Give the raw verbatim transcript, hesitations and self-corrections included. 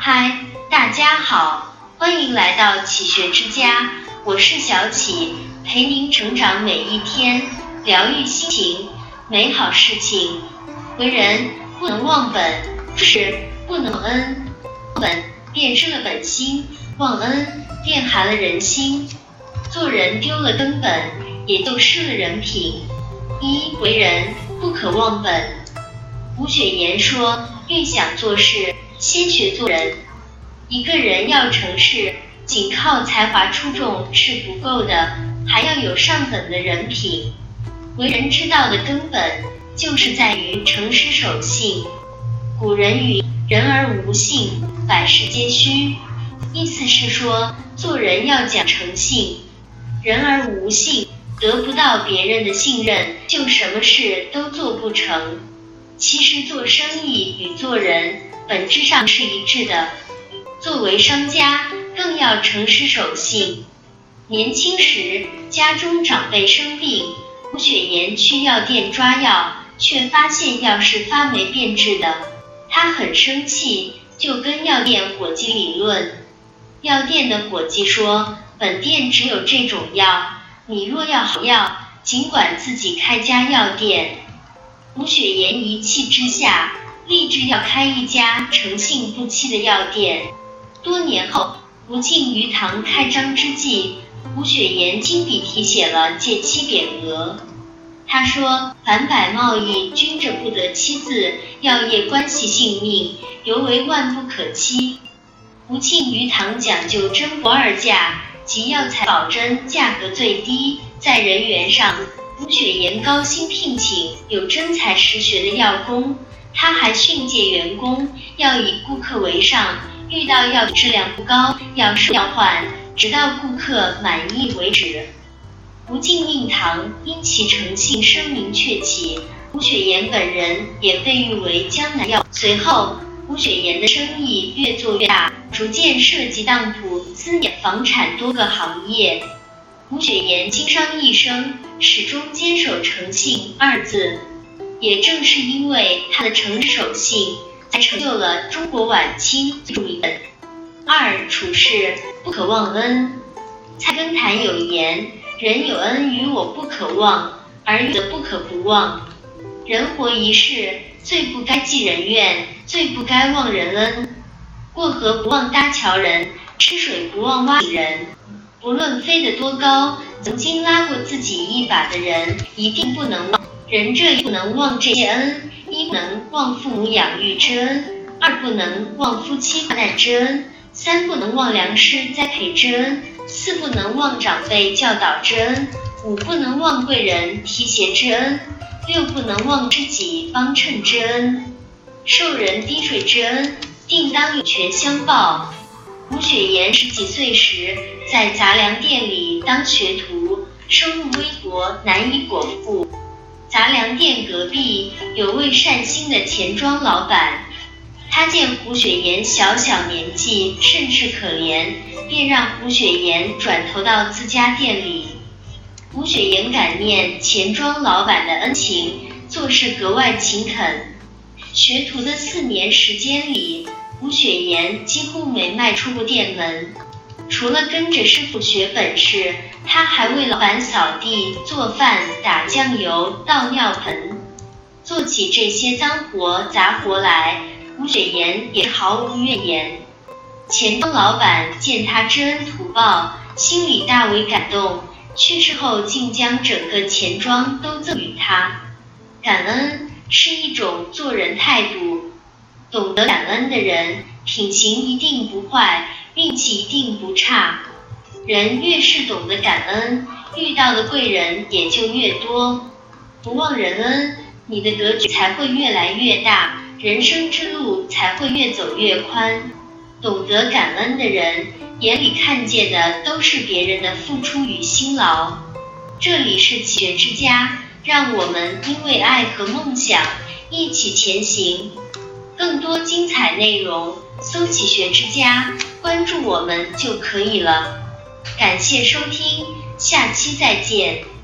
嗨，大家好，欢迎来到启学之家，我是小启，陪您成长每一天，疗愈心情，美好事情。为人不能忘本，事不能忘恩。本便生了本心，忘恩便寒了人心。做人丢了根本，也就失了人品。一为人不可忘本。吴雪岩说，欲想做事，先学做人。一个人要成事，仅靠才华出众是不够的，还要有上等的人品。为人之道的根本，就是在于诚实守信。古人语，人而无信，百事皆虚。意思是说，做人要讲诚信。人而无信，得不到别人的信任，就什么事都做不成。其实做生意与做人本质上是一致的，作为商家更要诚实守信。年轻时家中长辈生病，吴雪岩去药店抓药，却发现药是发霉变质的，他很生气，就跟药店伙计理论。药店的伙计说，本店只有这种药，你若要好药，尽管自己开家药店。吴雪岩一气之下，立志要开一家诚信不欺的药店。多年后，吴敬鱼堂开张之际，吴雪岩亲笔题写了戒欺匾额。他说，凡百贸易均着不得欺字，药业关系性命，尤为万不可欺。吴敬鱼堂讲究真不二价，即药材保真，价格最低。在人员上，吴雪岩高薪聘请有真才实学的药工，他还训诫员工要以顾客为上，遇到药质量不高，要收要换，直到顾客满意为止。吴敬应堂因其诚信声名鹊起，吴雪岩本人也被誉为江南药。随后，吴雪岩的生意越做越大，逐渐涉及当铺、资业、房产多个行业。吴雪岩经商一生，始终坚守诚信二字。也正是因为他的诚实守信，才成就了中国晚清著名的二处事不可忘恩。菜根谭有言，人有恩于我不可忘，而欲则不可不忘。人活一世，最不该记人怨，最不该忘人恩。过河不忘搭桥人，吃水不忘挖井人。不论飞得多高，曾经拉过自己一把的人，一定不能忘。人这一不能忘这些恩，一不能忘父母养育之恩，二不能忘夫妻患难之恩，三不能忘良师栽培之恩，四不能忘长辈教导之恩，五不能忘贵人提携之恩，六不能忘知己帮衬之恩。受人滴水之恩，定当有权相报。吴雪岩十几岁时，在杂粮店里当学徒，收入微薄，难以果腹。杂粮店隔壁有位善心的钱庄老板，他见胡雪岩小小年纪甚是可怜，便让胡雪岩转投到自家店里。胡雪岩感念钱庄老板的恩情，做事格外勤恳。学徒的四年时间里，吴雪岩几乎没迈出过店门。除了跟着师傅学本事，他还为老板扫地、做饭、打酱油、倒尿盆。做起这些脏活杂活来，吴雪岩也毫无怨言。钱庄老板见他知恩图报，心里大为感动，去世后竟将整个钱庄都赠予他。感恩是一种做人态度，懂得感恩的人，品行一定不坏，运气一定不差。人越是懂得感恩，遇到的贵人也就越多。不忘人恩，你的格局才会越来越大，人生之路才会越走越宽。懂得感恩的人，眼里看见的都是别人的付出与辛劳。这里是启学之家，让我们因为爱和梦想一起前行。更多精彩内容，搜启学之家，关注我们就可以了。感谢收听，下期再见。